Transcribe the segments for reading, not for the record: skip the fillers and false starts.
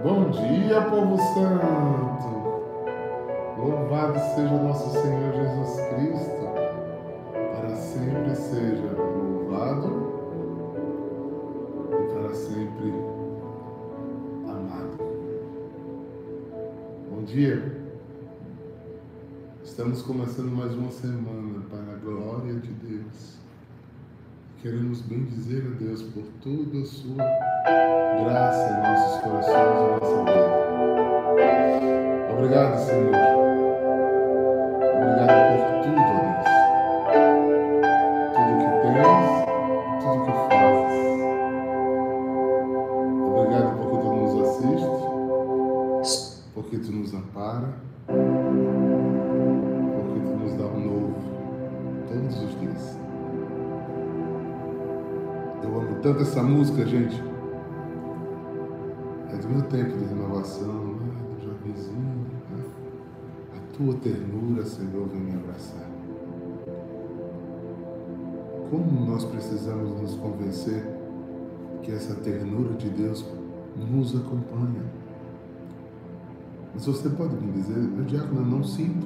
Bom dia, povo santo! Louvado seja nosso Senhor Jesus Cristo, para sempre seja louvado e para sempre amado. Bom dia! Estamos começando mais uma semana para a glória de Deus. Queremos bendizer a Deus por toda a sua graça em nossos corações e nossa vida. Obrigado, Senhor. Obrigado por tudo, ó Deus. Tudo que tens e tudo que fazes. Obrigado porque tu nos assiste, porque tu nos ampara, porque tu nos dá um novo todos os dias. Eu amo tanto essa música, gente. É do meu tempo de renovação, do jovenzinho, né? A tua ternura, Senhor, vem me abraçar. Como nós precisamos nos convencer que essa ternura de Deus nos acompanha. Mas você pode me dizer, meu diácono, eu não sinto.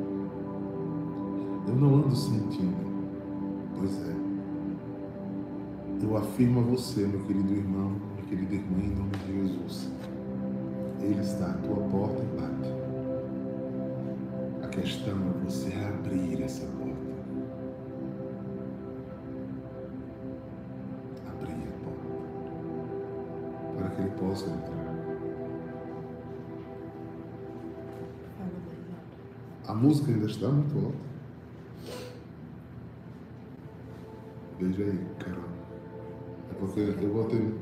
Eu não ando sentindo. Pois é. Eu afirmo a você, meu querido irmão, minha querida irmã, em nome de Jesus. Ele está à tua porta e bate. A questão é você abrir essa porta. Abrir a porta. Para que ele possa entrar. A música ainda está muito alta. Veja aí, Carol. É porque eu vou ter...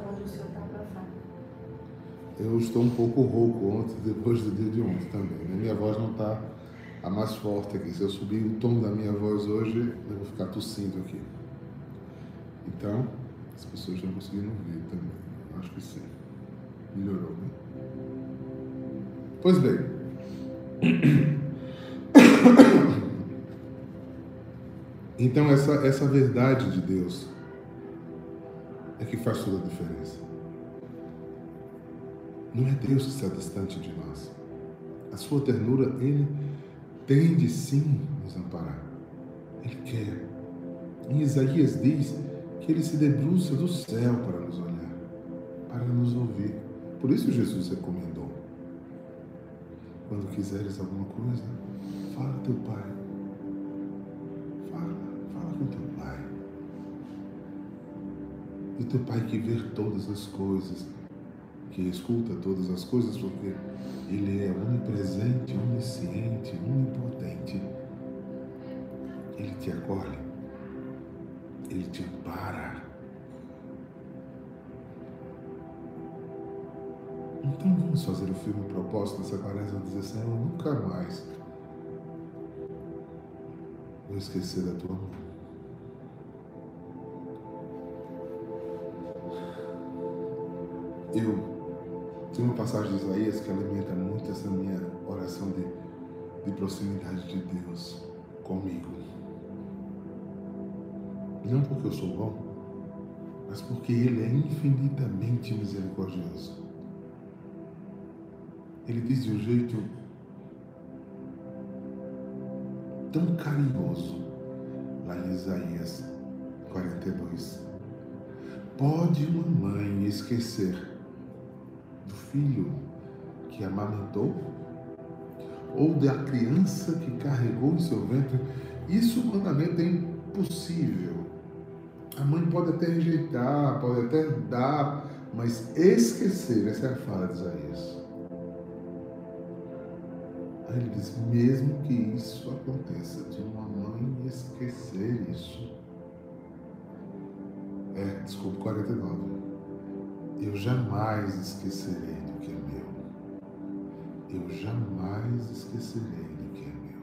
Eu estou um pouco rouco ontem, depois do dia de ontem também. Minha voz não está a mais forte aqui. Se eu subir o tom da minha voz hoje, eu vou ficar tossindo aqui. Então, as pessoas estão conseguindo ouvir também. Eu acho que sim. Melhorou, né? Pois bem. Então, essa verdade de Deus é que faz toda a diferença. Não é Deus que está distante de nós. A sua ternura, Ele tende sim nos amparar. Ele quer. Em Isaías diz que Ele se debruça do céu para nos olhar, para nos ouvir. Por isso Jesus recomendou. Quando quiseres alguma coisa, fala ao teu Pai. Fala com teu Pai. E teu Pai que vê todas as coisas, que escuta todas as coisas, porque Ele é onipresente, onisciente, onipotente. Ele te acolhe, Ele te ampara. Então vamos fazer o firme propósito nessa quaresma, dizer, Senhor, nunca mais vou esquecer da tua mão. Tem uma passagem de Isaías que alimenta muito essa minha oração de proximidade de Deus comigo. Não porque eu sou bom, mas porque Ele é infinitamente misericordioso. Ele diz de um jeito tão carinhoso, lá em Isaías 42. Pode uma mãe esquecer do filho que amamentou, ou da criança que carregou em seu ventre? Isso humanamente é impossível. A mãe pode até rejeitar, pode até dar, mas esquecer, essa é a fala de Isaías. Aí ele diz, mesmo que isso aconteça, de uma mãe esquecer isso. Desculpa, 49. Eu jamais esquecerei do que é meu. Eu jamais esquecerei do que é meu.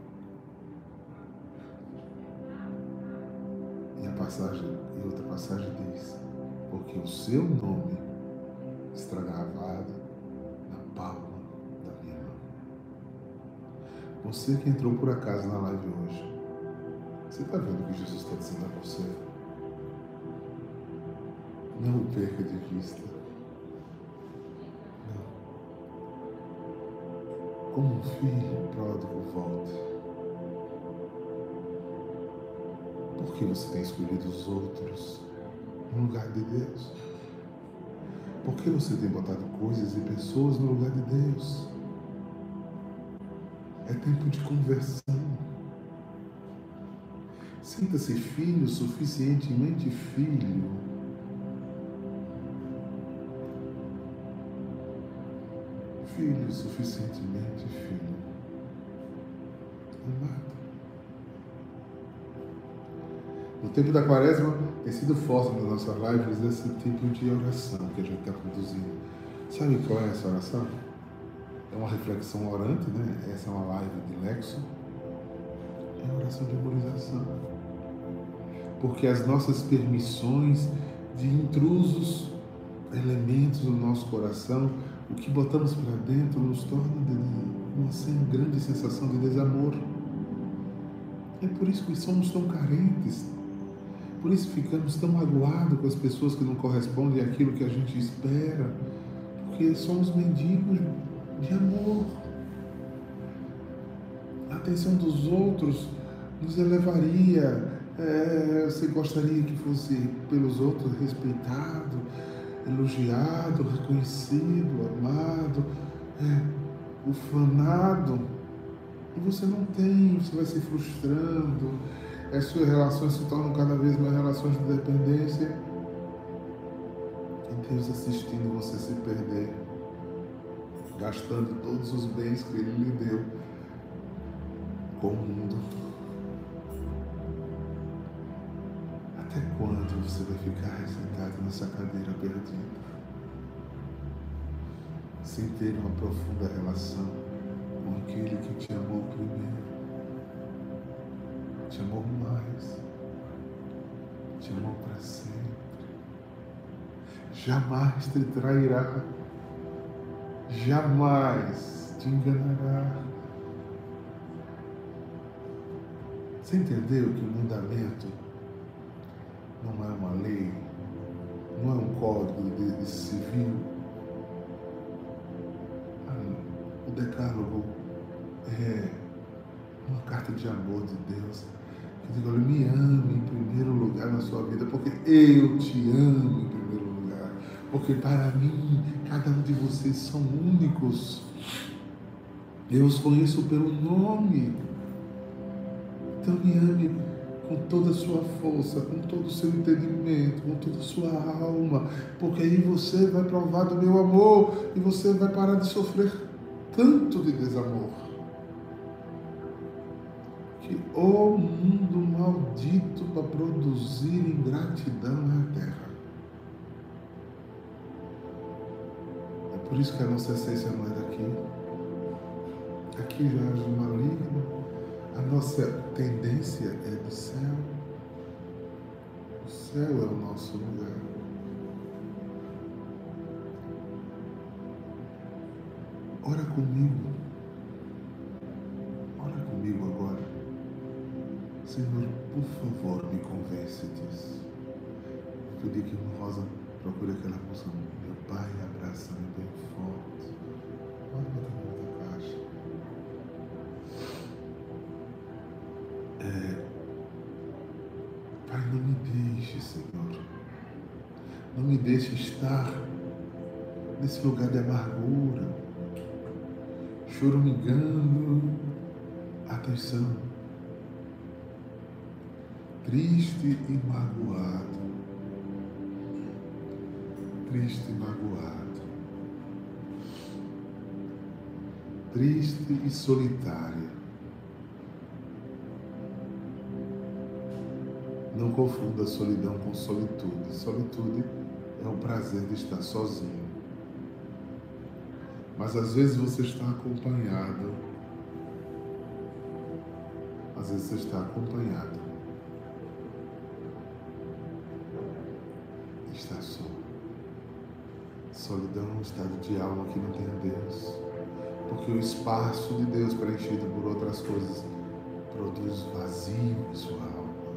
E outra passagem diz, porque o seu nome está gravado na palma da minha mão. Você que entrou por acaso na live hoje, você está vendo o que Jesus está dizendo a você? Não o perca de vista. Não. como um filho pródigo volta. Por que você tem escolhido os outros no lugar de Deus? Por que você tem botado coisas e pessoas no lugar de Deus? É tempo de conversão. Sinta-se filho, suficientemente filho. Filho, suficientemente filho. Amado. No tempo da quaresma, tem sido forte nas nossas lives esse tipo de oração que a gente está produzindo. Sabe qual é essa oração? É uma reflexão orante, né? Essa é uma live de Lexo. É uma oração de harmonização. Porque as nossas permissões de intrusos, elementos no nosso coração, o que botamos para dentro nos torna uma grande sensação de desamor. É por isso que somos tão carentes. Por isso ficamos tão magoados com as pessoas que não correspondem àquilo que a gente espera. Porque somos mendigos de amor. A atenção dos outros nos elevaria. Você gostaria que fosse pelos outros respeitado, elogiado, reconhecido, amado, ufanado. E você não tem, você vai se frustrando. As suas relações se tornam cada vez mais relações de dependência. E Deus assistindo você se perder, gastando todos os bens que Ele lhe deu com o mundo. Até quando você vai ficar sentado nessa cadeira perdida, sem ter uma profunda relação com aquele que te amou primeiro? Te amou mais, te amou para sempre, jamais te trairá, jamais te enganará. Você entendeu que o mandamento não é uma lei, não é um código de civil? O decálogo é uma carta de amor de Deus. Que diz: olha, me ame em primeiro lugar na sua vida, porque eu te amo em primeiro lugar. Porque para mim, cada um de vocês são únicos. Eu os conheço pelo nome. Então me ame com toda a sua força, com todo o seu entendimento, com toda a sua alma, porque aí você vai provar do meu amor e você vai parar de sofrer tanto de desamor. Que o mundo maldito para produzir ingratidão na terra. É por isso que a nossa essência não é daqui. Aqui já age o maligno. A nossa tendência é do céu. O céu é o nosso lugar. Ora comigo. Ora comigo agora. Senhor, por favor, me convence disso. Eu pedi que a Rosa procure aquela música. Meu Pai, abraça-me bem forte. Pode botar na outra caixa. Pai, não me deixe, Senhor. Não me deixe estar nesse lugar de amargura, choramingando. Atenção. Triste e magoado. Triste e magoado. Triste e solitária. Não confunda solidão com solitude. Solitude é o prazer de estar sozinho. Mas às vezes você está acompanhado. Às vezes você está acompanhado. Está só. Solidão é um estado de alma que não tem Deus. Porque o espaço de Deus preenchido por outras coisas produz vazio em sua alma.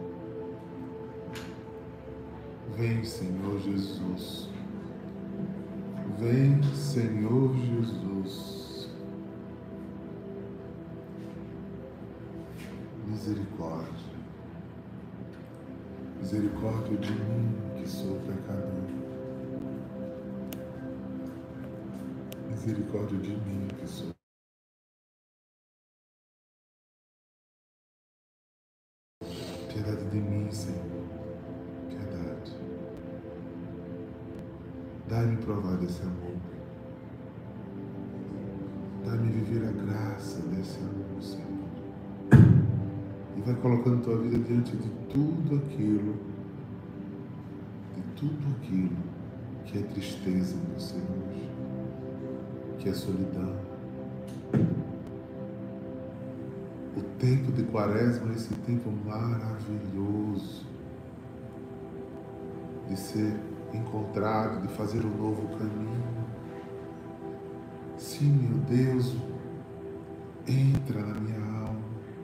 Vem, Senhor Jesus. Vem, Senhor Jesus. misericórdia. Misericórdia de mim, que sou pecador. Misericórdia de mim, que sou. Piedade de mim, Senhor. Piedade. Dai-me provar desse amor. Dai-me viver a graça desse amor, Senhor. E vai colocando tua vida diante de tudo aquilo que é tristeza, meu Senhor, que é solidão. O tempo de Quaresma é esse tempo maravilhoso de ser encontrado, de fazer um novo caminho. Sim, meu Deus, entra na minha alma,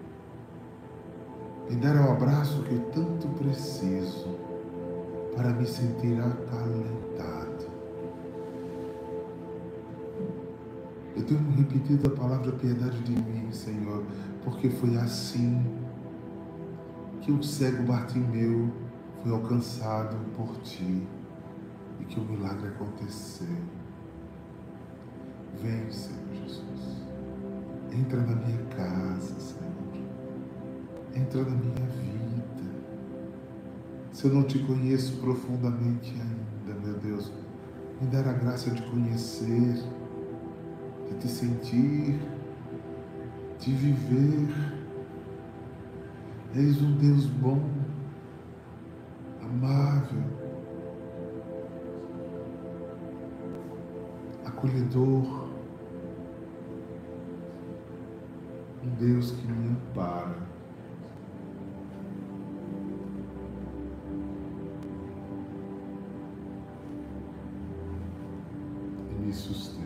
me dá o abraço que eu tanto preciso para me sentir acalentado. Eu tenho repetido a palavra piedade de mim, Senhor, porque foi assim que o cego Bartimeu foi alcançado por Ti e que o milagre aconteceu. Vem, Senhor Jesus. Entra na minha casa, Senhor. Entra na minha vida. Se eu não Te conheço profundamente ainda, meu Deus, me dá a graça de conhecer, de Te sentir, de viver. És um Deus bom, amável, acolhedor, um Deus que me ampara. E me sustenta.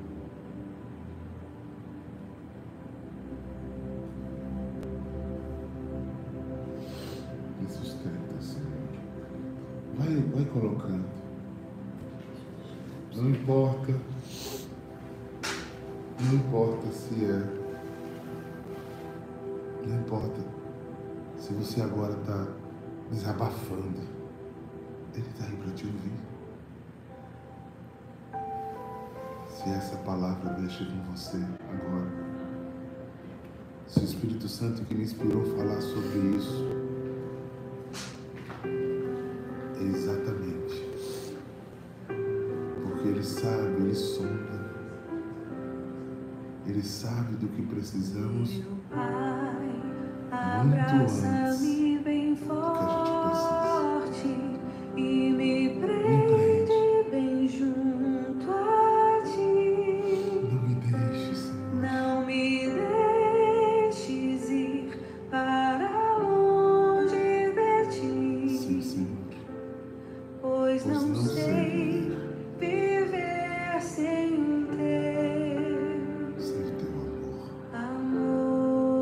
Me sustenta, Senhor. Vai colocando. Não importa se não importa se você agora está desabafando. Ele está aí para te ouvir. Se essa palavra mexe com você agora, se o Espírito Santo que me inspirou a falar sobre isso, é exatamente porque Ele sabe, Ele sonda, Ele sabe do que precisamos muito antes do que a gente precisa. Me prende bem junto a Ti. Não me deixes, Senhor. Não me deixes ir para longe de Ti. Sim, Senhor. Pois não sei viver sem Teu amor.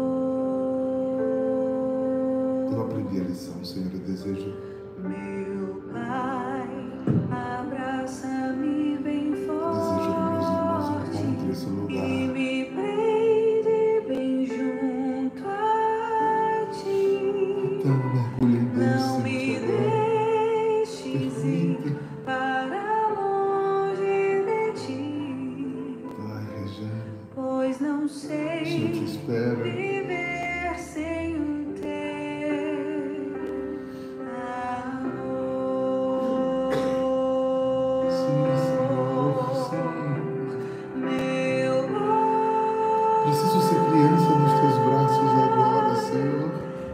Eu aprendi a lição, Senhor, eu desejo. Meu Pai, abraça-me bem forte. Desejo que meus irmãos encontrem esse lugar. E me prende bem junto a Ti. Então mergulhe em Deus. Não me deixes ir para longe de Ti. Vai, Regiane. Pois não sei viver sem o Teu amor. Sim, Senhor, sim. Meu Pai, preciso ser criança nos Teus braços agora, Senhor.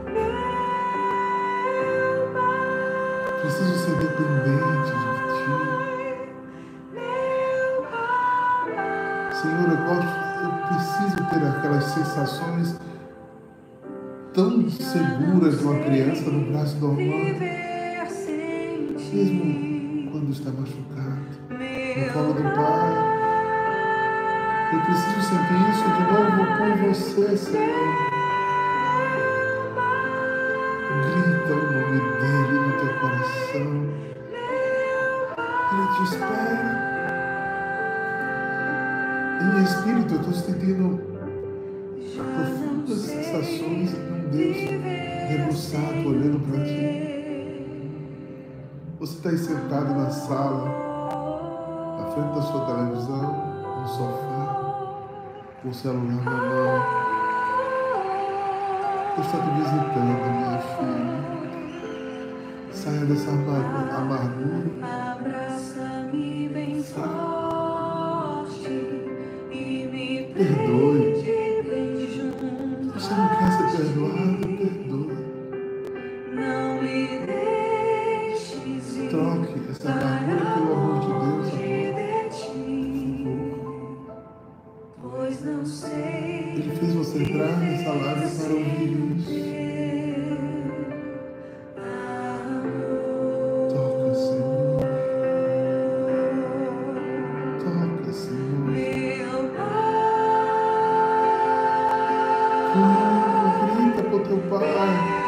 Meu Pai, preciso ser dependente de Ti. Meu Pai, Senhor, eu preciso ter aquelas sensações tão seguras de uma criança no braço da mãe, mesmo quando está machucado, no colo do Pai. Eu preciso sentir isso de novo com você, Senhor. Grita o nome dEle no teu coração. Ele te espera. Em meu espírito eu estou sentindo profundas sensações de um Deus, debruçado, olhando para ti. Você está aí sentado na sala, na frente da sua televisão, no sofá, com o celular na mão. Deus está te visitando, minha filha. Saia dessa amargura. Abraça-me bem forte e me Perdoe. prende bem junto. Você não quer ser perdoado? Perdoe. Não me deixes ir. Troque essa amargura pelo amor de Deus, pois não sei. Ele fez você entrar nessa live para ouvir isso. Toca, Senhor. Toca, Senhor. Meu Grita para o teu Pai.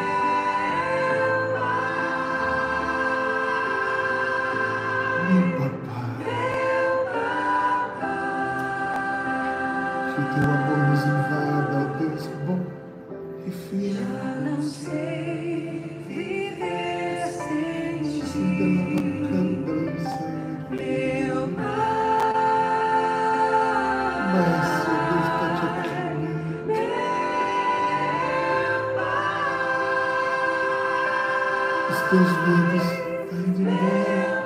Meu Papai. Que o teu amor nos invada, ó Deus bom e fiel. Já não sei viver sem ti. Meu Mas o Deus está te acolhendo. Os teus medos estão indo embora.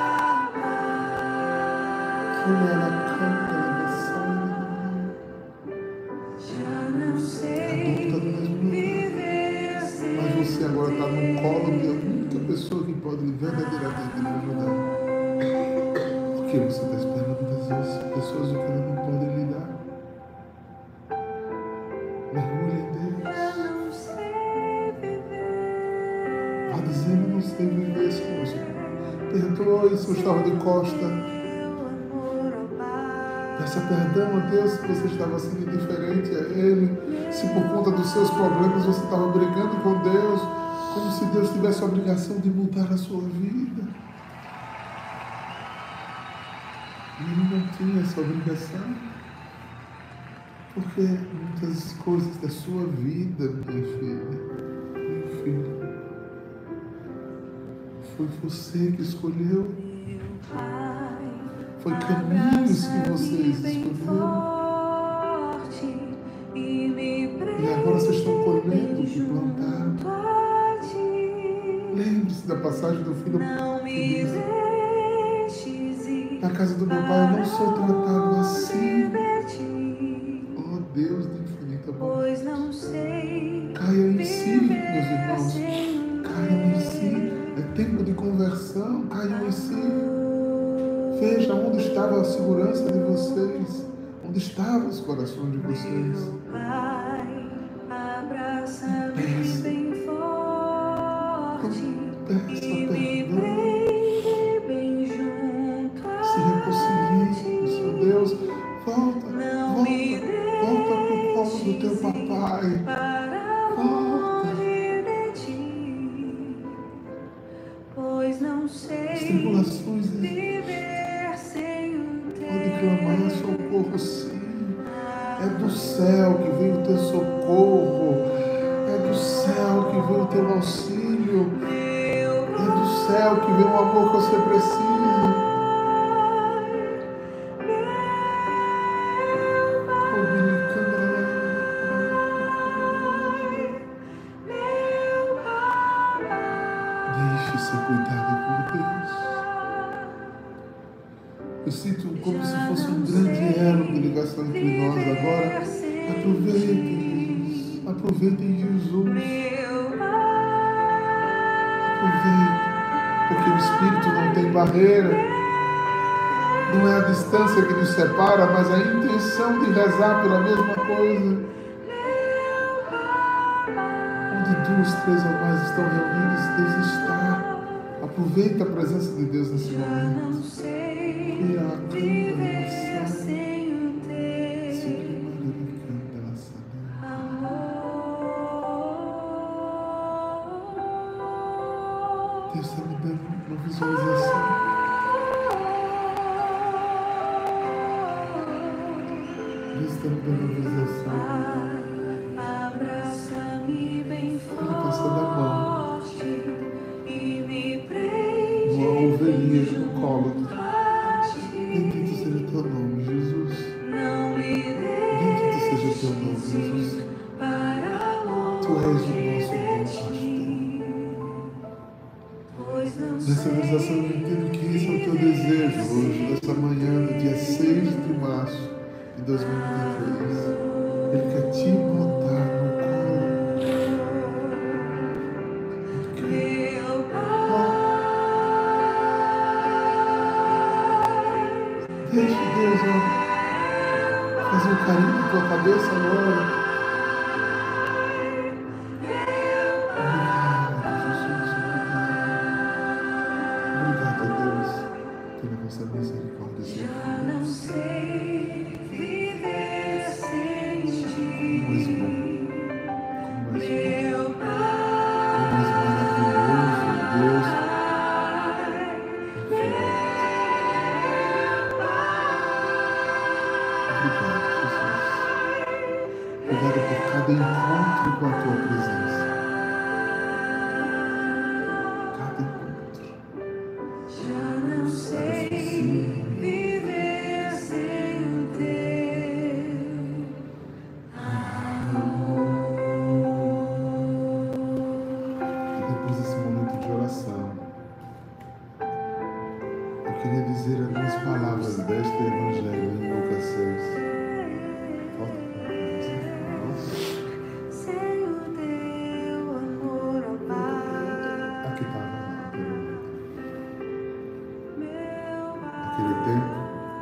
Como ela canta, ela Já não sei viver sem mas você agora está no colo de a única pessoa que pode verdadeiramente lhe ajudar. Porque você está esperando das pessoas o que ela não pode lhe dar. Mergulhe em Deus. não sei viver. Vá dizendo, não sei viver, Senhor. Perdoe se eu estava de costa. Meu amor, ó Pai. Peça perdão a Deus se você estava sendo indiferente a Ele. Se por conta dos seus problemas você estava brigando com Deus. Como se Deus tivesse a obrigação de mudar a sua vida. E Ele não tinha essa obrigação. Porque muitas coisas da sua vida, minha filha, meu filho, foi você que escolheu. Meu Pai, Foi caminhos que vocês escolheram. E agora vocês estão colhendo o que plantaram. Lembre-se da passagem do filho que diz: na casa do meu pai eu não sou tratado assim. Oh Deus de infinita bondade. Caiam em si, meus irmãos. Caiam em si. É tempo de conversão. Caiam em si. Veja onde estava a segurança de vocês. Onde estavam os corações de vocês. Abraça-me bem forte Peça e me perdão. prende bem junto a Se reconcilie, seu Deus. Volta, Não me volta para o colo do teu papai. para longe de ti, pois não As sei tribulações viver sem o pode clamar socorro, sim. É do céu que vem o teu socorro. É do céu que vem o teu auxílio. É do céu que vem o amor que você precisa. Deixe ser cuidado por Deus. Eu sinto como se fosse um grande elo de ligação entre nós agora. Aproveitem, Jesus. Aproveitem Jesus. Aproveitem. Porque o Espírito não tem barreira. Não é a distância que nos separa, mas a intenção de rezar pela mesma coisa. Onde 2, 3 ou mais estão reunidos, Deus está. Aproveita a presença de Deus nesse momento. viver sem o teu Deus está me dando uma visualização. Deus está me dando uma visualização. Abraça-me bem força da mão, uma ovelhinha no colo. Bendito seja o teu nome, Jesus. Bendito seja o teu nome, Jesus. Tu és o nosso bom pastor. Nessa meditação eu entendo que esse é o teu desejo hoje, nessa manhã, no dia 6 de março de 2023. Ele quer te botar no colo. Deixa Deus fazer um carinho na tua cabeça agora. Obrigado, Deus, pela vossa misericórdia. Já não sei viver sem ti. Como és bom, como és Meu bom, Pai, como és maravilhoso, Deus. Obrigado, Jesus. Obrigado por cada encontro com a tua presença. Cada encontro. já não sei viver sem o teu amor. E depois desse momento de oração, eu queria dizer algumas palavras deste evangelho em Lucas 6. Volta para nós. Sem o teu amor, ó Pai, Aqui estava lá, pelo menos. meu Pai. Naquele tempo,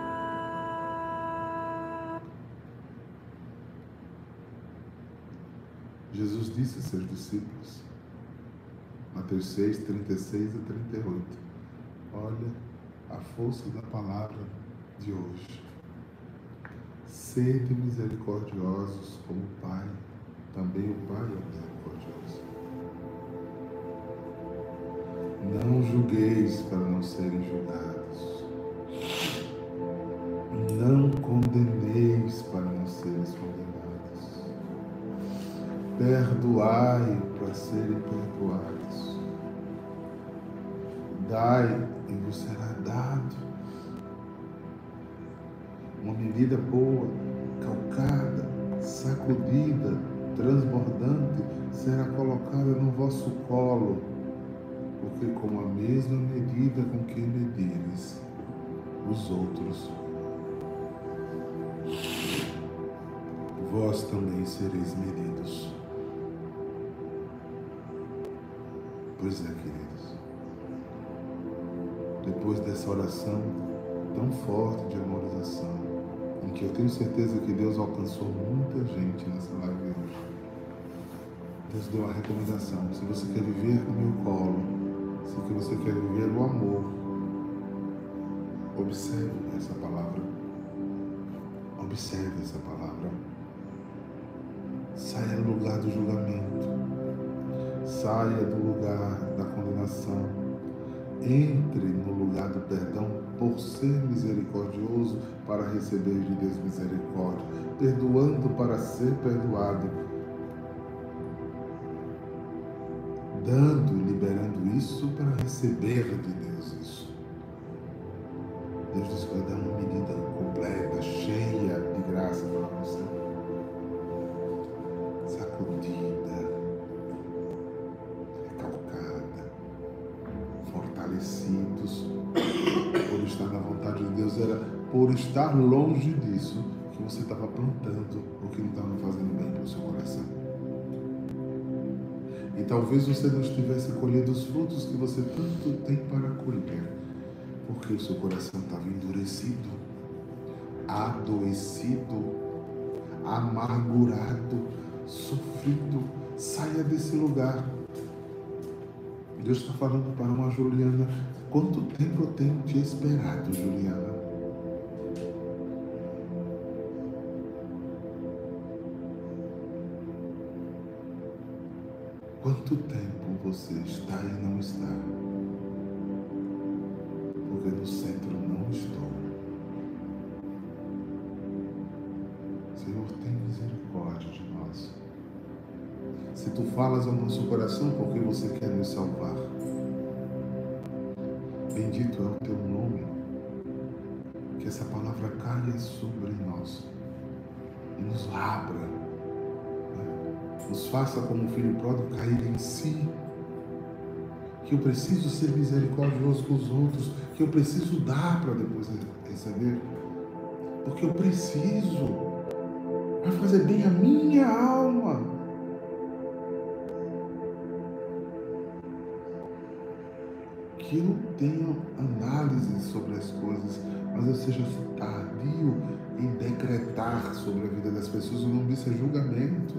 Jesus disse a seus discípulos, Mateus 6, 36 a 38, olha a força da palavra de hoje. Sede misericordiosos como o Pai, também o Pai é misericordioso. Não julgueis para não serem julgados. Não condeneis para não seres condenados. Perdoai para serem perdoados. Dai e vos será dado. Uma medida boa, calcada, sacudida, transbordante, será colocada no vosso colo, porque com a mesma medida com que medires, os outros, vós também sereis medidos. Pois é, queridos, depois dessa oração tão forte de harmonização, em que eu tenho certeza que Deus alcançou muita gente nessa live hoje, Deus deu uma recomendação: se você quer viver no meu colo, se você quer viver o amor, observe essa palavra. Observe essa palavra. Saia do lugar do julgamento. Saia do lugar da condenação. Entre no lugar do perdão por ser misericordioso para receber de Deus misericórdia. Perdoando para ser perdoado. Dando e liberando isso para receber de Deus isso. Deus diz que vai dar uma medida completa, cheia de graça para você. Sacudida, recalcada, fortalecidos por estar na vontade de Deus. Era por estar longe disso que você estava plantando o que não estava fazendo bem para o seu coração. E talvez você não estivesse colhendo os frutos que você tanto tem para colher, porque o seu coração estava endurecido, adoecido, amargurado, sofrido. Saia desse lugar. Deus está falando para uma Juliana: quanto tempo eu tenho te esperado, Juliana? Quanto tempo você está e não está? Porque no centro não estou. Senhor, tem misericórdia de nós. Se tu falas ao nosso coração, porque você quer nos salvar. Bendito é o teu nome. Que essa palavra caia sobre nós e nos abra, né? Nos faça como o filho pródigo cair em si. Que eu preciso ser misericordioso com os outros, que eu preciso dar para depois receber, porque eu preciso, vai fazer bem a minha alma. Que eu tenha análise sobre as coisas, mas eu seja tardio em decretar sobre a vida das pessoas. O nome disso é julgamento.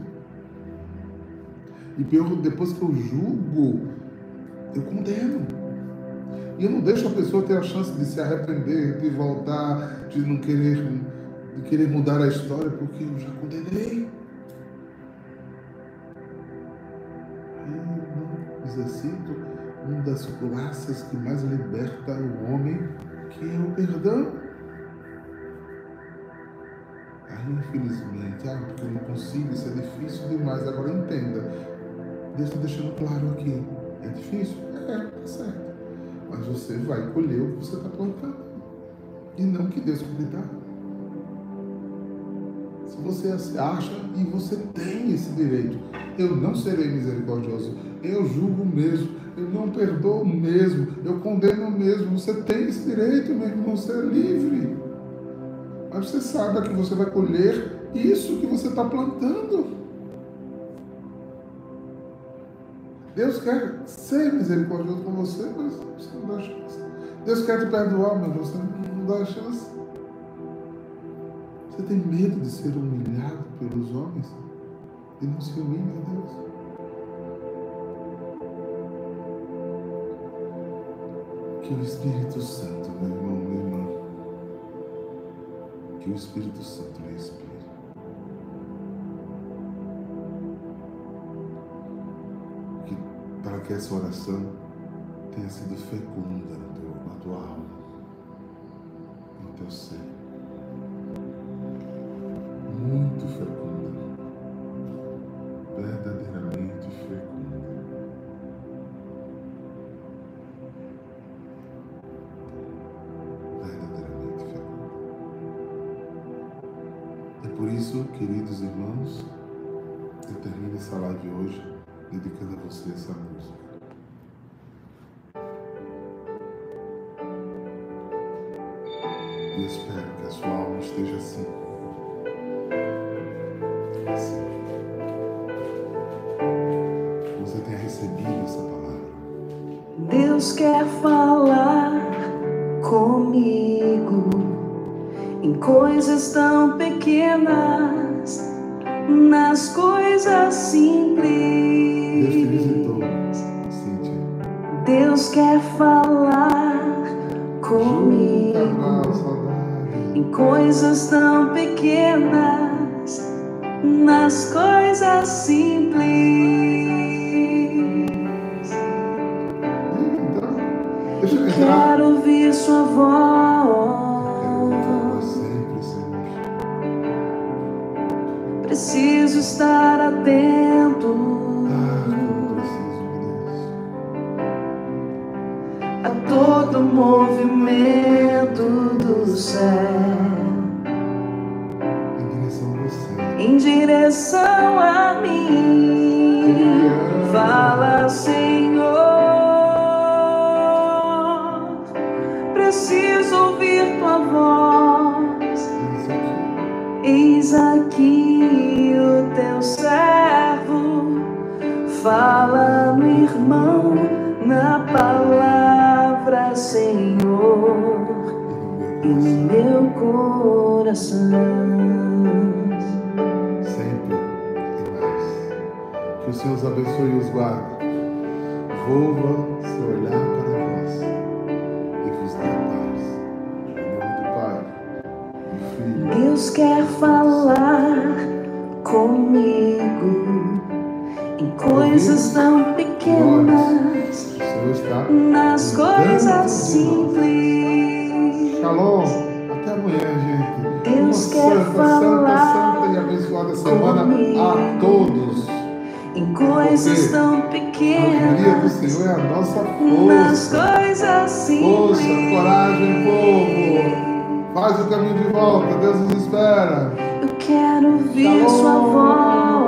E pior, depois que eu julgo, eu condeno. E eu não deixo a pessoa ter a chance de se arrepender, de voltar, de não querer mudar a história, porque eu já condenei. Eu não exercito uma das graças que mais liberta o homem, que é o perdão. Aí, infelizmente, porque eu não consigo, isso é difícil demais. Agora entenda, Deus está deixando claro aqui. É difícil? Tá certo. Mas você vai colher o que você está plantando. E não que Deus cuidar. Se você acha, e você tem esse direito, eu não serei misericordioso, eu julgo mesmo, eu não perdoo mesmo, eu condeno mesmo. Você tem esse direito, meu irmão, você é livre. Mas você saiba que você vai colher isso que você está plantando. Deus quer ser misericordioso com você, mas você não dá chance. Deus quer te perdoar, mas você não dá chance. Você tem medo de ser humilhado pelos homens e não se humilha a Deus. Que o Espírito Santo, meu irmão, minha irmã, que o Espírito Santo lhe inspire. Para que essa oração tenha sido fecunda na tua alma, no teu ser. Muito fecunda. Verdadeiramente fecunda. Verdadeiramente fecunda. É por isso, queridos irmãos, eu termino essa live hoje dedicando a você essa música. E espero que a sua alma esteja assim. Assim. Que você tenha recebido essa palavra. Deus quer falar comigo em coisas tão pequenas, nas coisas simples. Deus te visitou, Cíntia. Deus quer falar comigo em coisas tão pequenas, nas coisas simples. Então, deixa eu entrar. Quero ouvir sua voz. Sempre, Senhor. Preciso estar atento a todo movimento do céu, em direção a mim. Fala, Senhor, preciso ouvir tua voz. Eis aqui o teu servo, fala no irmão, na palavra, Senhor, e no meu coração. Sempre e mais. Que o Senhor os abençoe e os guarde. Volva seu olhar para vós e vos dê paz. Em nome do Pai, do Filho. Deus quer falar comigo em coisas tão pequenas, nas coisas simples. Shalom, até amanhã, gente. Deus Uma quer santa, falar santa e abençoada semana comigo a todos. em coisas coisas tão a alegria do pequenas, Senhor é a nossa nas força. coisas simples. Força, coragem, povo. Faz o caminho de volta, Deus nos espera. Eu quero ouvir Shalom. sua voz.